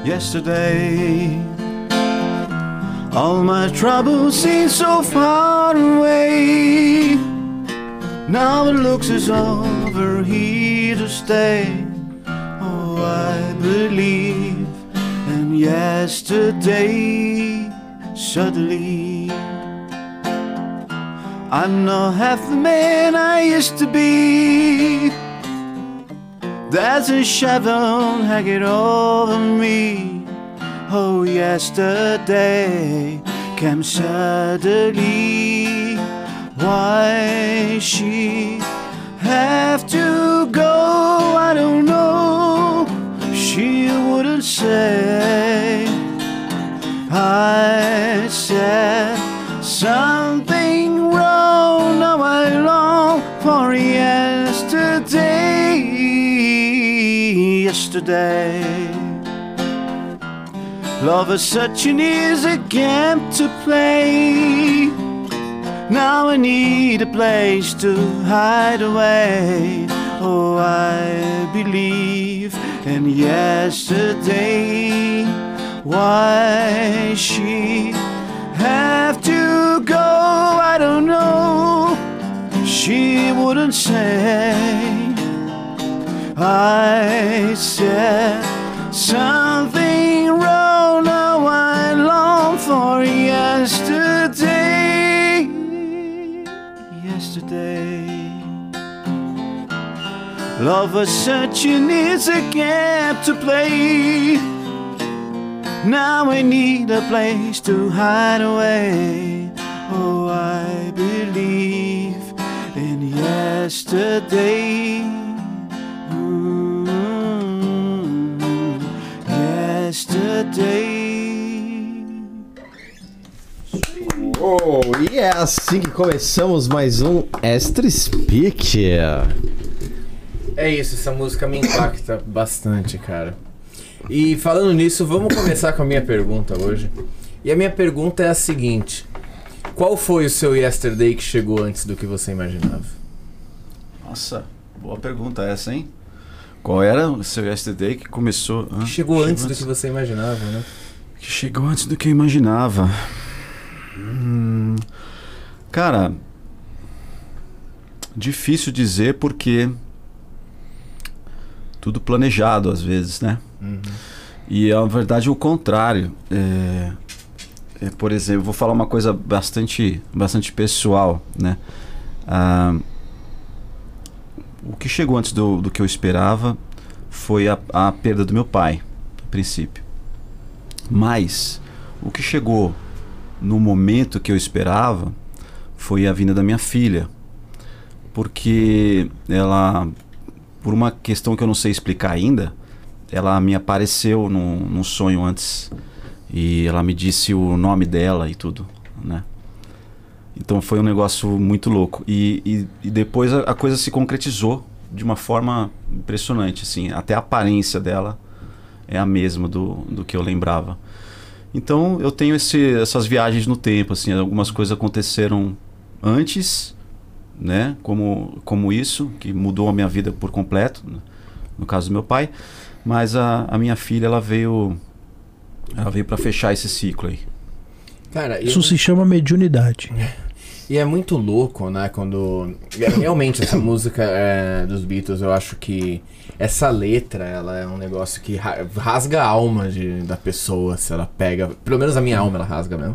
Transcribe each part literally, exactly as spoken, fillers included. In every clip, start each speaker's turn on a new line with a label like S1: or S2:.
S1: yesterday. All my troubles seem so far away. Now it looks as though we're here to stay. Oh, I believe in yesterday. Suddenly I'm not half the man I used to be. There's a shadow hanging over me. Oh, yesterday came suddenly. Why she have to go, I don't know. She wouldn't say. I said something wrong. Now I long for yesterday. Yesterday, love is such an easy game to play. Now I need a place to hide away. Oh, I believe in yesterday. Why she have to go, I don't know. She wouldn't say. I said something wrong. Now I long for yesterday. Yesterday, love was such an easy game to play. Now I need a place to hide away. Oh, I believe in yesterday. Mm, yesterday.
S2: Oh, e é assim que começamos mais um Extra Speak.
S3: É isso, essa música me impacta bastante, cara. E falando nisso, vamos começar com a minha pergunta hoje. E a minha pergunta é a seguinte: qual foi o seu yesterday que chegou antes do que você imaginava?
S1: Nossa, boa pergunta essa, hein? Qual era o seu yesterday que começou...
S3: Que chegou, chegou antes do que você imaginava, né?
S1: Que chegou antes do que eu imaginava. Hum, cara, difícil dizer porque tudo planejado às vezes, né? Uhum. E na verdade o contrário. É, é, por exemplo, vou falar uma coisa bastante, bastante pessoal, né? Ah, o que chegou antes do, do que eu esperava foi a, a perda do meu pai, a princípio. Mas o que chegou no momento que eu esperava foi a vinda da minha filha, porque ela, por uma questão que eu não sei explicar ainda, ela me apareceu num, num sonho antes e ela me disse o nome dela e tudo, né? Então foi um negócio muito louco e, e, e depois a, a coisa se concretizou de uma forma impressionante, assim, até a aparência dela é a mesma do, do que eu lembrava. Então eu tenho esse, essas viagens no tempo, assim, algumas coisas aconteceram antes, né, como, como isso, que mudou a minha vida por completo, né? No caso do meu pai, mas a, a minha filha, ela veio, ela veio para fechar esse ciclo aí.
S4: Cara, isso eu... se chama mediunidade.
S3: E é muito louco, né, quando... Realmente, essa música é, dos Beatles, eu acho que essa letra, ela é um negócio que rasga a alma de, da pessoa, se ela pega... Pelo menos a minha alma, ela rasga mesmo.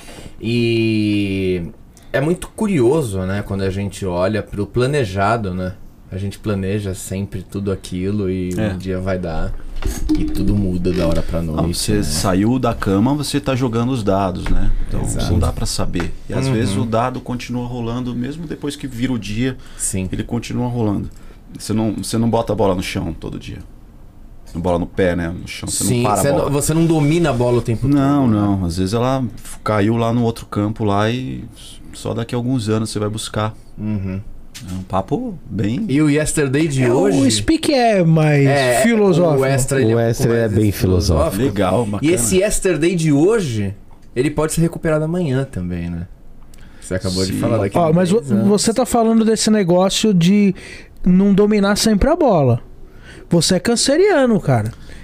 S3: E é muito curioso, né, quando a gente olha pro planejado, né? A gente planeja sempre tudo aquilo e é. um dia vai dar e tudo muda da hora pra noite.
S1: Ah, você
S3: né?
S1: saiu da cama, você tá jogando os dados, né? Então
S3: Exato.
S1: Não dá pra saber. E às
S3: uhum.
S1: vezes o dado continua rolando, mesmo depois que vira o dia,
S3: Sim.
S1: ele continua rolando. Você não, você não bota a bola no chão todo dia. Não bola no pé, né? No chão, você
S3: Sim,
S1: não para
S3: você
S1: a bola.
S3: Não, você não domina a bola o tempo
S1: não,
S3: todo.
S1: Não, não. Às vezes ela caiu lá no outro campo lá e só daqui a alguns anos você vai buscar.
S3: Uhum.
S1: É um papo bem...
S3: E o yesterday de
S4: é,
S3: hoje...
S4: O Speak é mais
S3: é,
S4: filosófico.
S3: O Extra,
S2: o extra é, é bem filosófico.
S3: filosófico.
S1: Legal, bacana.
S3: E esse yesterday de hoje, ele pode ser recuperado amanhã também, né? Você acabou
S1: Sim.
S3: de falar daqui.
S4: Ó, mas você tá falando desse negócio de não dominar sempre a bola. Você é canceriano, cara.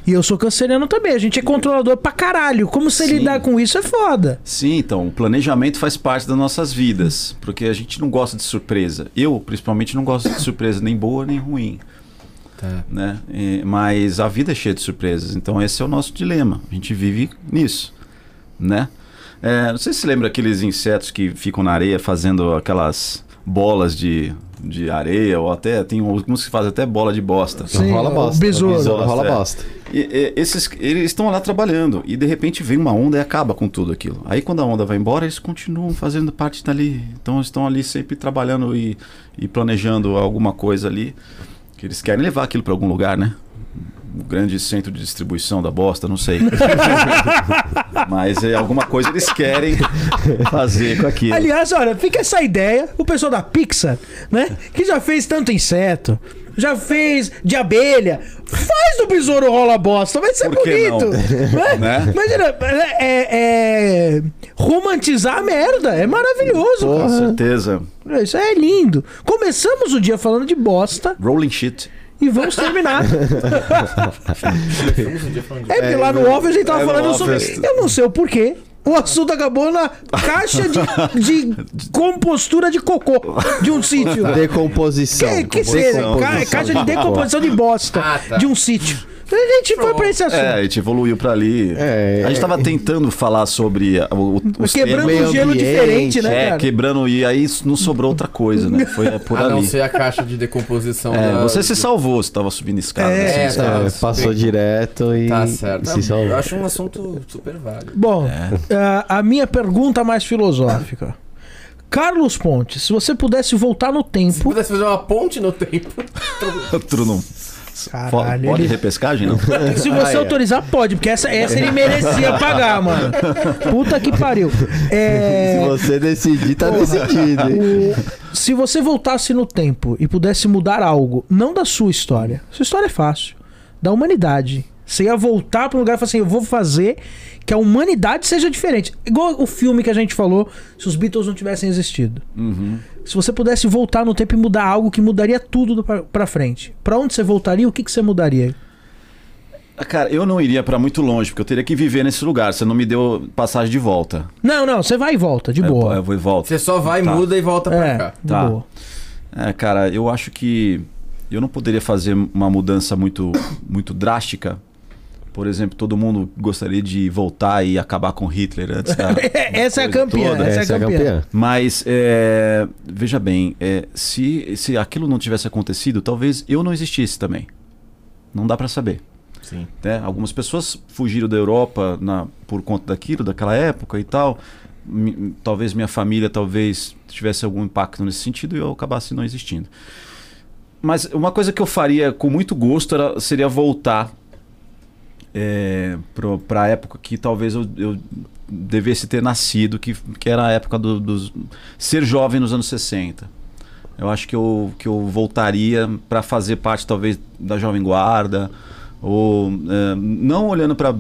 S4: E eu sou canceriano também. A gente é controlador pra caralho. Como você
S1: Sim.
S4: lidar com isso é foda.
S1: Sim, então, o planejamento faz parte das nossas vidas, porque a gente não gosta de surpresa. Eu, principalmente, não gosto de surpresa nem boa nem ruim.
S3: Tá.
S1: Né? E, mas a vida é cheia de surpresas, então esse é o nosso dilema. A gente vive nisso, né? É, não sei se você lembra aqueles insetos que ficam na areia fazendo aquelas bolas de, de areia, ou até tem alguns que fazem até bola de bosta.
S2: Sim, rola bosta.
S4: O besouro.
S2: besouro rola
S1: é.
S2: bosta.
S1: E, e, esses, eles estão lá trabalhando e de repente vem uma onda e acaba com tudo aquilo. Aí quando a onda vai embora, eles continuam fazendo parte dali. Então eles estão ali sempre trabalhando e, e planejando alguma coisa ali, que eles querem levar aquilo para algum lugar, né? O grande centro de distribuição da bosta, não sei. Mas é alguma coisa eles querem fazer com aquilo.
S4: Aliás, olha, fica essa ideia, o pessoal da Pixar, né? Que já fez tanto inseto, já fez de abelha. Faz do besouro rola bosta, vai ser
S1: Por que
S4: bonito.
S1: não?
S4: Né?
S1: Né?
S4: Imagina, é, é romantizar a merda. É maravilhoso,
S1: Com
S4: cara.
S1: certeza.
S4: Isso é lindo. Começamos o dia falando de bosta
S1: Rolling shit.
S4: e vamos terminar. É porque lá no Office a gente tava
S1: é, no
S4: falando sobre.
S1: Office.
S4: Eu não sei o porquê. O assunto acabou na caixa de, de compostura de cocô de um sítio.
S2: Decomposição.
S4: Que, que seja, ca, caixa de decomposição de bosta
S3: Ah, tá.
S4: de um sítio. A gente foi pra esse assunto.
S1: É, a gente evoluiu pra ali.
S2: É,
S1: a gente tava tentando falar sobre a- o, os
S4: Quebrando
S1: temas.
S4: um gelo
S2: ambiente,
S4: diferente, né,
S1: É,
S4: cara?
S1: quebrando, e aí não sobrou outra coisa, né? Foi é, por
S3: A não
S1: ali.
S3: ser a caixa de decomposição
S1: É,
S3: da...
S1: você se salvou, você tava subindo escada.
S4: É,
S1: né?
S3: É,
S1: Você-
S3: tá.
S2: É, passou direto e
S3: Tá certo.
S2: se salvou.
S3: Eu acho um assunto super válido.
S4: Bom,
S1: É.
S4: a, a minha pergunta mais filosófica. Carlos Pontes, se você pudesse voltar no
S3: Se
S4: tempo.
S3: pudesse fazer uma ponte no tempo...
S1: Outro não.
S4: Caralho,
S1: Pode
S4: ele-
S1: repescagem, não?
S4: Se você
S2: Ah, é.
S4: autorizar, pode, porque essa, essa ele merecia pagar, mano. Puta que pariu. É,
S2: Se você decidir, tá
S4: Porra.
S2: decidido. hein?
S4: o- se você voltasse no tempo e pudesse mudar algo, não da sua história, sua história é fácil, da humanidade. Você ia voltar para um lugar e falar assim: eu vou fazer que a humanidade seja diferente. Igual o filme que a gente falou, se os Beatles não tivessem existido.
S1: Uhum.
S4: Se você pudesse voltar no tempo e mudar algo que mudaria tudo do pra, pra frente, pra onde você voltaria? O que, que você mudaria?
S1: Ah, cara, eu não iria pra muito longe, porque eu teria que viver nesse lugar. Você não me deu passagem de volta.
S4: Não, não, você vai e volta, de
S1: Eu-
S4: boa.
S1: Eu vou e volto.
S3: Você só vai,
S1: Tá.
S3: muda e volta pra
S4: É,
S3: cá.
S4: de
S1: Tá.
S4: boa.
S1: É, cara, eu acho que eu não poderia fazer uma mudança muito, muito drástica. Por exemplo, todo mundo gostaria de voltar e acabar com Hitler antes da.
S4: Essa é a
S1: coisa
S4: campeã,
S1: toda.
S4: essa,
S2: Essa
S4: é a campeã.
S1: Mas, é, veja bem, é, se, se aquilo não tivesse acontecido, talvez eu não existisse também. Não dá pra saber.
S3: Sim.
S1: Né? Algumas pessoas fugiram da Europa na, por conta daquilo, daquela época e tal. Mi- talvez minha família talvez tivesse algum impacto nesse sentido e eu acabasse não existindo. Mas uma coisa que eu faria com muito gosto era, seria voltar é, para a época que talvez eu, eu devesse ter nascido, que, que era a época do, dos ser jovem nos anos sessenta. Eu acho que eu, que eu voltaria para fazer parte talvez da Jovem Guarda, ou é, não olhando para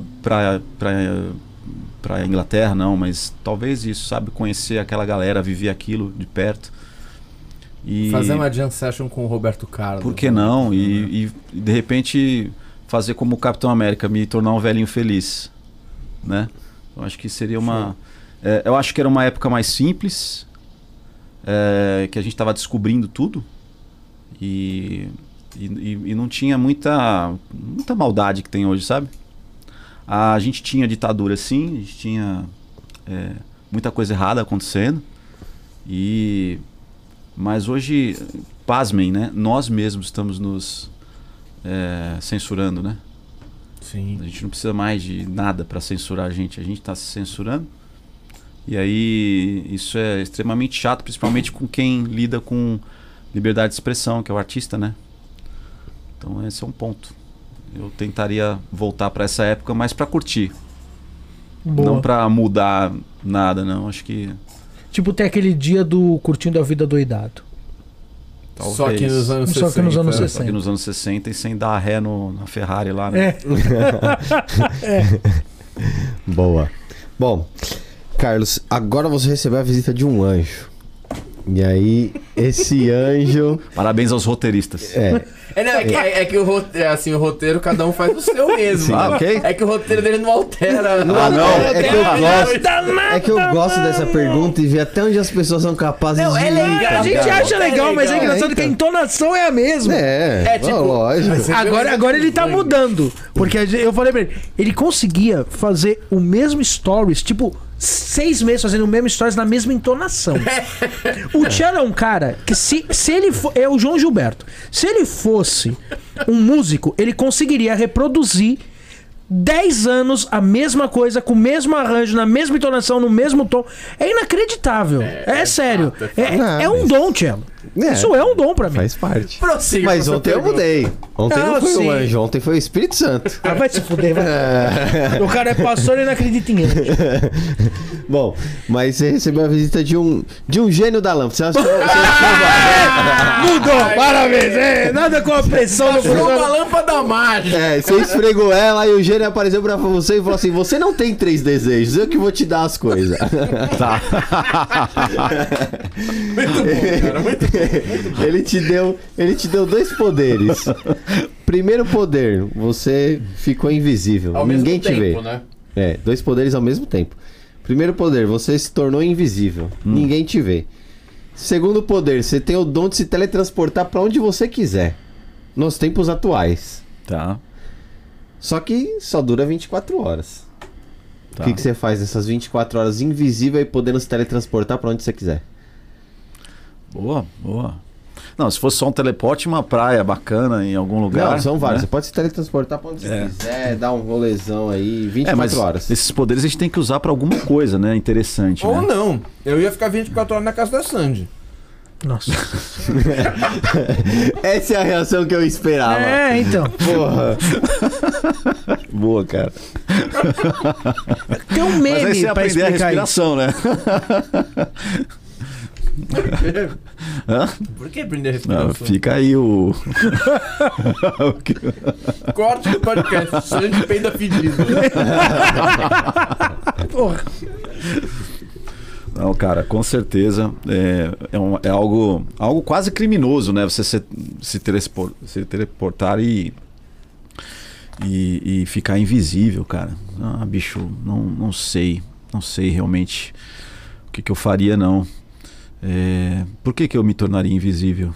S1: para Inglaterra, não, mas talvez isso, sabe, conhecer aquela galera, viver aquilo de perto. E
S3: Fazer uma jam session com o Roberto Carlos.
S1: por que não? E, e, e de repente fazer como o Capitão América, me tornar um velhinho feliz, né? Eu acho que seria uma é, eu acho que era uma época mais simples, é, que a gente estava descobrindo tudo e, e, e não tinha muita muita maldade que tem hoje, sabe? A gente tinha ditadura, sim, a gente tinha é, muita coisa errada acontecendo, e mas hoje, pasmem, né? Nós mesmos estamos nos é, censurando, né?
S3: Sim.
S1: A gente não precisa mais de nada para censurar a gente, a gente está se censurando. E aí isso é extremamente chato, principalmente com quem lida com liberdade de expressão, que é o artista, né? Então esse é um ponto. Eu tentaria voltar para essa época, mas para curtir,
S4: Boa.
S1: não para mudar nada, não. Acho que
S4: Tipo, tem aquele dia do curtindo a vida doidado.
S1: talvez.
S3: Só que nos anos
S4: Só que nos anos
S3: sessenta.
S1: Só que nos anos sessenta e sem dar ré no, na Ferrari lá, né?
S4: É.
S2: Boa. Bom, Carlos, agora você recebeu a visita de um anjo. E aí, esse anjo...
S1: Parabéns aos roteiristas.
S2: É,
S3: É, não, é, que, é, é que o roteiro, assim, o roteiro cada um faz o seu mesmo.
S1: Sim,
S3: Ah,
S1: ok.
S3: É que o roteiro dele não altera. Não,
S1: Ah, não.
S2: É que eu gosto,
S4: Tá
S2: é que eu gosto dessa pergunta e ver até onde as pessoas são capazes
S3: Não,
S2: de
S3: é
S2: ir,
S3: legal,
S2: tá
S4: A gente
S2: ligado?
S4: acha
S3: É
S4: legal, mas é
S3: legal.
S4: engraçado
S2: É,
S4: que a
S2: então.
S4: entonação é a mesma.
S2: É,
S3: É, tipo,
S2: lógico.
S3: mas-
S4: Agora, agora ele tá mudando. Porque a gente- eu falei pra ele, ele conseguia fazer o mesmo stories, tipo, seis meses fazendo o mesmo stories na mesma entonação. O Tchan é um cara que se, se ele for. É o João Gilberto. Se ele fosse um músico, ele conseguiria reproduzir dez anos a mesma coisa, com o mesmo arranjo, na mesma entonação, no mesmo tom. É inacreditável. É, é sério.
S3: fato, é
S4: É,
S2: fato.
S4: é um dom, Tchan.
S2: É.
S4: Isso é um dom pra mim.
S2: Faz parte.
S3: Prossiga
S2: Mas
S3: com essa
S2: ontem eu
S3: pergunta.
S2: mudei. Ontem não,
S4: Não,
S2: foi
S4: sim.
S2: o anjo, ontem foi o Espírito Santo.
S4: Ah, vai se fuder, vai.
S2: É.
S4: O cara é pastor e não acredita em ele.
S2: Bom, mas você recebeu a visita de um, de um gênio da lâmpada. Você achou, você achou-
S4: Mudou, parabéns. É, nada com a pressão do
S3: Achou uma
S4: professor.
S3: lâmpada mágica.
S2: É, você esfregou ela e o gênio apareceu pra você e falou assim: você não tem três desejos, eu que vou te dar as coisas.
S1: Tá.
S3: Muito bom, cara. Muito bom.
S2: Ele te deu, ele te deu dois poderes. Primeiro poder, você ficou invisível.
S3: Ao
S2: Ninguém
S3: mesmo
S2: te
S3: tempo,
S2: vê.
S3: né?
S2: É, dois poderes ao mesmo tempo. Primeiro poder, você se tornou invisível. Ninguém te vê. Segundo poder, você tem o dom de se teletransportar pra onde você quiser. Nos tempos atuais.
S1: Tá.
S2: Só que só dura vinte e quatro horas.
S1: Tá.
S2: O que, que você faz nessas vinte e quatro horas invisível e podendo se teletransportar pra onde você quiser?
S1: Boa, boa. Não, se fosse só um teleporte, uma praia bacana em algum lugar.
S2: Não, são vários.
S1: né?
S2: Você pode se teletransportar pra onde você
S1: É.
S2: quiser, dar um rolezão aí, vinte e
S1: É,
S2: quatro
S1: mas
S2: horas.
S1: esses poderes a gente tem que usar pra alguma coisa, né? Interessante,
S3: Ou
S1: né?
S3: não. Eu ia ficar vinte e quatro horas na casa da Sandy.
S4: Nossa.
S2: Essa é a reação que eu esperava.
S4: É, então.
S2: Porra.
S1: Boa, cara.
S4: Tem um
S1: Mas aí
S4: meme
S1: você
S4: pra
S1: aprender a
S4: explicar isso.
S1: respiração, né? Hã?
S3: Por que aprender a
S1: Não,
S3: respiração?
S1: fica aí o. O que-
S3: Corte do podcast. Sandy peida fedido.
S4: Porra.
S1: Não, cara, com certeza é, é, um- é algo, algo quase criminoso, né? Você se, se, telespor- se teleportar e, e, e ficar invisível, cara. Ah, bicho, não, não sei. Não sei realmente o que, que eu faria, não. É, por que, que eu me tornaria invisível?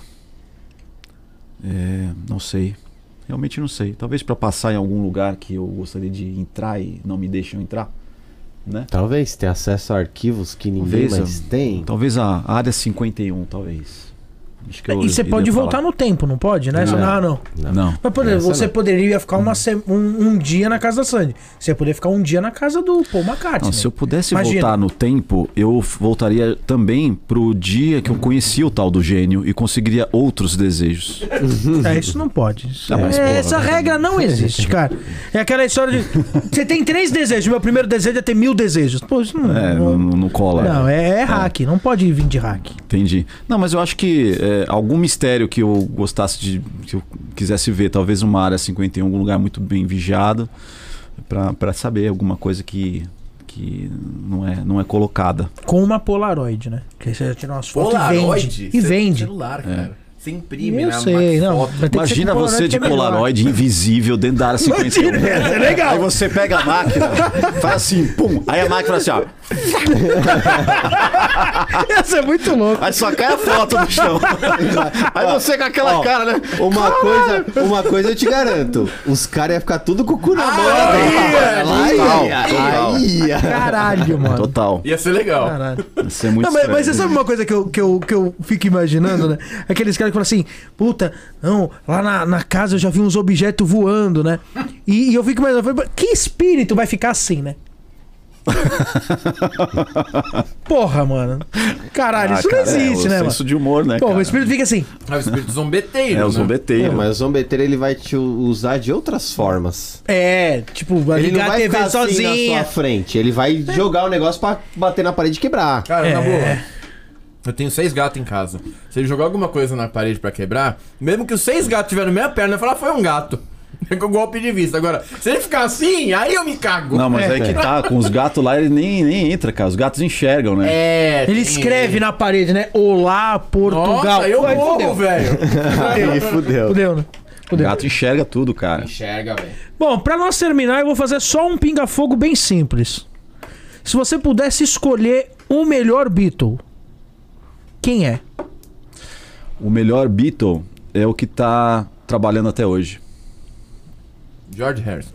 S1: É, não sei. Realmente não sei. Talvez para passar em algum lugar que eu gostaria de entrar e não me deixam entrar, né?
S2: Talvez ter acesso a arquivos que ninguém
S1: Talvez,
S2: mais
S1: eu-
S2: tem.
S1: Talvez a área cinquenta e um, talvez. Acho que eu
S4: E você
S1: iria
S4: pode
S1: pra
S4: voltar
S1: lá.
S4: no tempo, não pode, né?
S2: Não.
S4: Não, não.
S1: Não.
S4: Mas, por exemplo,
S2: Essa
S4: você
S2: não.
S4: poderia ficar uma se- um, um dia na casa da Sandy. Você poderia ficar um dia na casa do Paul McCartney.
S1: Não, se eu pudesse
S4: Imagina.
S1: voltar no tempo, eu f- voltaria também pro dia que eu conheci o tal do gênio e conseguiria outros desejos.
S4: É, isso não pode. Isso
S1: Ah, mas,
S4: é-
S1: porra,
S4: essa
S1: mas-
S4: regra não existe, cara. É aquela história de. Você tem três desejos, meu primeiro desejo é ter mil desejos. Pô, isso não.
S1: É, não,
S4: não,
S1: não cola.
S4: não, é, é hack, não pode vir de hack.
S1: Entendi. Não, mas eu acho que é, algum mistério que eu gostasse de. Que eu quisesse ver, talvez uma área cinquenta e um, algum lugar muito bem vigiado, pra, pra saber alguma coisa que. Que não é, não é colocada.
S4: Com uma Polaroid, né? Que aí você já tira umas fotos
S3: Polaroid?
S4: e vende. E
S3: Você tem
S4: vende.
S3: celular, cara. Você imprime,
S4: Eu
S3: né?
S4: sei,
S3: uma
S4: não.
S3: foto.
S4: Vai ter que ser
S1: Imagina
S4: com
S1: você de
S4: que é melhor.
S1: Polaroid invisível dentro da área cinquenta e um.
S4: Imagina, ia ser legal.
S1: Aí você pega a máquina, faz assim, pum. Aí a máquina faz assim, ó.
S4: Ia ser muito louco.
S1: Aí só cai a foto no chão. Aí você com aquela
S2: Ó,
S1: cara, né?
S2: Uma coisa, uma coisa eu te garanto. Os caras iam ficar tudo com o cu na mão.
S3: Ah,
S2: né?
S3: ia,
S2: Lá
S1: total,
S2: ia,
S1: total.
S2: aí ia.
S4: Caralho, mano.
S1: Total.
S3: Ia ser legal.
S4: Caralho.
S1: Ia ser muito
S4: Não, mas,
S1: estranho.
S4: mas você sabe uma coisa que eu, que, eu, que eu fico imaginando, né? Aqueles caras que falam assim, puta, não, lá na, na casa eu já vi uns objetos voando, né? E, e eu fico imaginando, eu falei, que espírito vai ficar assim, né? Porra, mano. Caralho,
S1: Ah,
S4: isso
S1: cara,
S4: não existe,
S1: é,
S4: né,
S1: o
S4: mano?
S1: senso de humor, né,
S4: Porra,
S1: cara?
S4: o espírito fica assim.
S3: É o espírito zombeteiro,
S1: É, o
S3: né?
S1: zombeteiro.
S2: Não, mas o zombeteiro ele vai te usar de outras formas.
S4: É, tipo, vai
S2: Ele não
S4: ligar a
S2: vai
S4: T V
S2: ficar assim na
S4: sozinha.
S2: sua frente. Ele vai jogar o negócio pra bater na parede e quebrar.
S3: Cara, na
S4: É.
S3: boa. Eu tenho seis gatos em casa. Se ele jogar alguma coisa na parede pra quebrar, mesmo que os seis gatos tiverem na minha perna, eu falar, foi um gato. com golpe de vista. Agora, se ele ficar assim, aí eu me cago.
S1: Não, mas
S4: É.
S1: aí que tá, com os gatos lá, ele nem, nem entra, cara. Os gatos enxergam, né?
S3: É.
S4: Ele
S3: tem-
S4: escreve na parede, né? Olá, Portugal.
S3: Nossa, eu
S4: Aí
S3: morro,
S4: fudeu.
S3: velho.
S2: Aí, fudeu.
S4: Fudeu, né?
S1: O
S4: Fudeu.
S1: gato enxerga tudo, cara.
S3: Enxerga, velho.
S4: Bom, pra nós terminar, eu vou fazer só um pinga-fogo bem simples. Se você pudesse escolher o melhor Beatle, quem é?
S1: O melhor Beatle é o que tá trabalhando até hoje.
S3: George Harrison.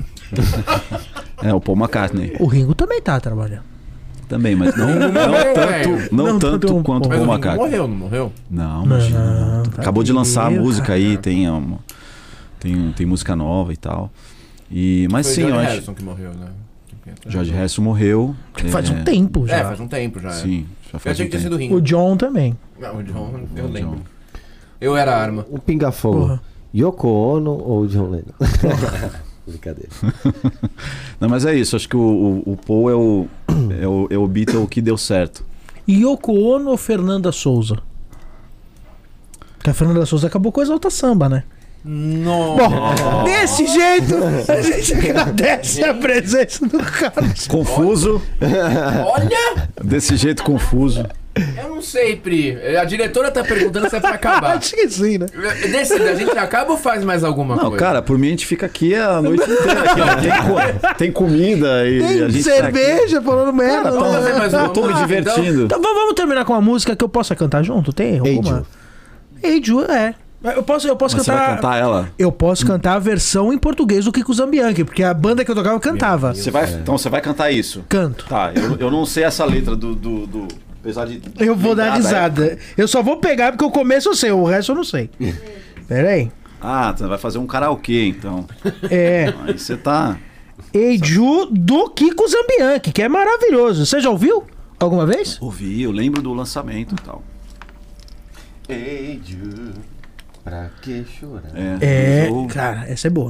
S1: É, o Paul McCartney.
S4: O Ringo também tá trabalhando.
S1: Também, mas não, não
S3: morreu,
S1: tanto,
S3: velho.
S1: não
S4: Não
S1: tanto
S4: tanto
S1: quanto o
S3: Mas
S1: Paul
S3: o Ringo
S1: McCartney.
S3: morreu, não morreu?
S1: Não, imagina.
S4: Não, tá
S1: Acabou de lançar a
S4: vivo,
S1: música
S4: cara.
S1: aí, tem, uma, tem, tem música nova e tal. E, mas
S3: Foi
S1: sim,
S3: o
S1: eu
S3: George
S1: acho.
S3: Harrison que morreu, né?
S1: George Harrison morreu.
S4: Faz
S1: é,
S4: um tempo já.
S3: É, faz um tempo já. é.
S1: Sim, já
S3: Eu
S1: faz
S3: achei
S1: um
S3: que tinha
S1: tempo.
S3: sido o Ringo.
S4: O John também.
S3: Não, o John, eu
S1: O
S3: lembro.
S1: John.
S3: Eu era a arma.
S2: Um pinga-fogo.
S4: Porra.
S2: Yoko Ono ou John Lennon? Brincadeira.
S1: Não, mas é isso, acho que o, o, o Paul é o, é o, é o Beatle que deu certo.
S4: Yoko Ono ou Fernanda Souza? Porque a Fernanda Souza acabou com a Exalta Samba, né?
S3: Nossa.
S4: Bom, desse jeito, a gente agradece a presença do Carlos.
S1: Confuso,
S3: Olha!
S1: desse jeito confuso.
S3: Eu não sei, Pri. A diretora tá perguntando se é pra acabar.
S4: Acho que sim, né?
S3: Decide, a gente acaba ou faz mais alguma
S1: Não,
S3: coisa?
S1: cara, por mim a gente fica aqui a noite inteira. Aqui, ó. Tem, co- tem comida e a
S4: Tem
S1: gente tá aqui.
S4: cerveja falando merda.
S3: Vamos fazer mais uma
S1: Eu tô me
S3: música,
S1: divertindo.
S4: Então v- vamos terminar com uma música que eu possa cantar junto? Tem alguma? Ei, Ju, é. Eu posso, eu posso
S1: Mas você
S4: cantar.
S1: vai cantar ela?
S4: Eu posso cantar a versão em português do Kiko Zambianchi, porque a banda que eu tocava cantava.
S1: Você vai, então você vai cantar isso.
S4: Canto.
S1: Tá, eu, eu não sei essa letra do... do, do apesar de...
S4: Eu vou dar
S1: Nada,
S4: risada. Eu só vou pegar porque o começo eu sei, o resto eu não sei. Pera aí.
S1: Ah, você vai fazer um karaokê, então.
S4: É.
S1: Aí você tá...
S4: Ei, Ju do Kiko Zambianchi, que é maravilhoso. Você já ouviu alguma vez?
S1: Ouvi, eu lembro do lançamento e tal.
S2: Ei, Ju, pra que chorar?
S4: É,
S1: eu-
S4: cara, essa é boa.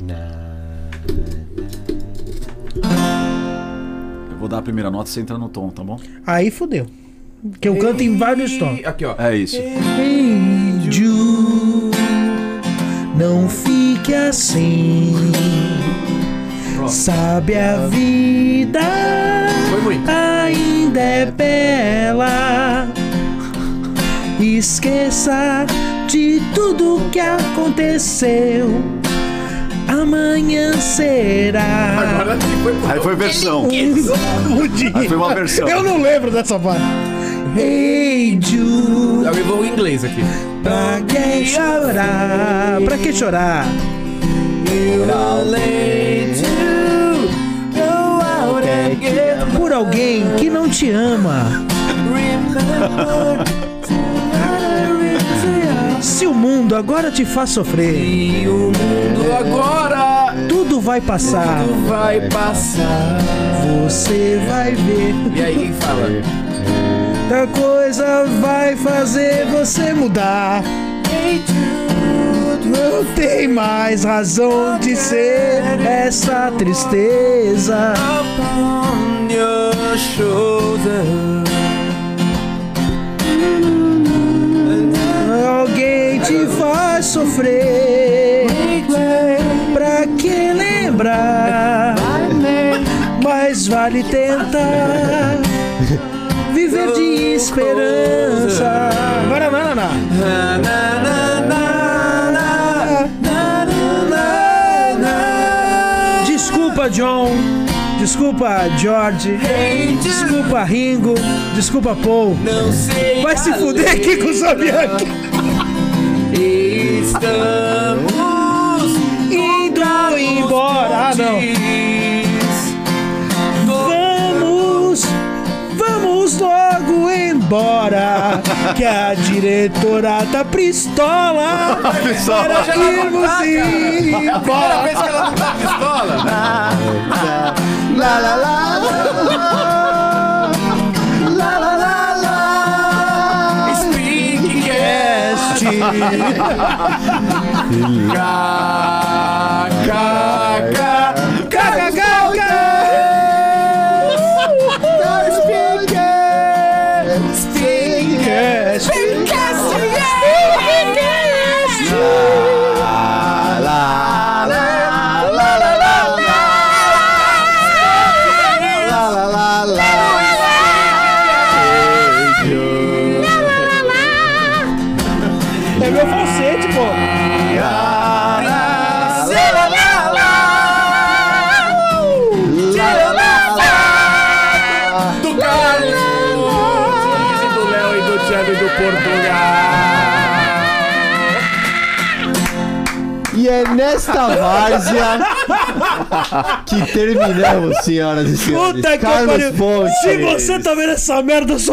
S1: Eu vou dar a primeira nota e você entra no tom, tá bom?
S4: Aí fudeu. Que eu canto em vários tons.
S3: Aqui, ó.
S1: É isso.
S4: Ei, Ju, não fique assim. Sabe, a vida
S3: Foi muito.
S4: ainda é bela. Esqueça de tudo que aconteceu. Amanhã será.
S3: Agora foi pro...
S1: Aí foi versão.
S4: um dia.
S1: Aí foi uma versão.
S4: Eu não lembro dessa parte. Ei, Ju,
S3: Eu vou em inglês aqui.
S4: pra que chorar? Pra que chorar? Por alguém que não te ama. Se o mundo agora te faz sofrer,
S3: E o mundo agora
S4: tudo vai passar.
S3: vai passar.
S4: Você vai ver.
S3: E aí quem fala?
S4: Muita coisa vai fazer você mudar. Não tem mais razão de ser essa tristeza.
S3: Upon your shoulder.
S4: Alguém te faz sofrer. Pra que lembrar? Mas vale tentar viver de esperança. Agora não, não, não.
S3: Na, na, na, na, na, na, na, na.
S4: Desculpa, John. Desculpa, George. Desculpa, Ringo. Desculpa, Paul.
S3: Não sei.
S4: Vai se fuder aqui com o Zambianchi.
S3: Estamos
S4: Indo embora. Ah, não. Vamos, vamos logo embora. Que a diretora tá pistola. Para irmos
S3: Primeira
S4: embora.
S3: vez que ela não tá pistola.
S2: Lá, lá, lá. Lá, lá, lá, lá.
S3: Speakcast. K, K, K.
S2: Lá, lá, lá.
S3: Portugal!
S2: E é nesta várzea que terminamos, senhoras e senhores.
S4: Puta que
S2: Carlos
S4: pariu.
S2: Pontes.
S4: Se você tá vendo essa merda, eu sou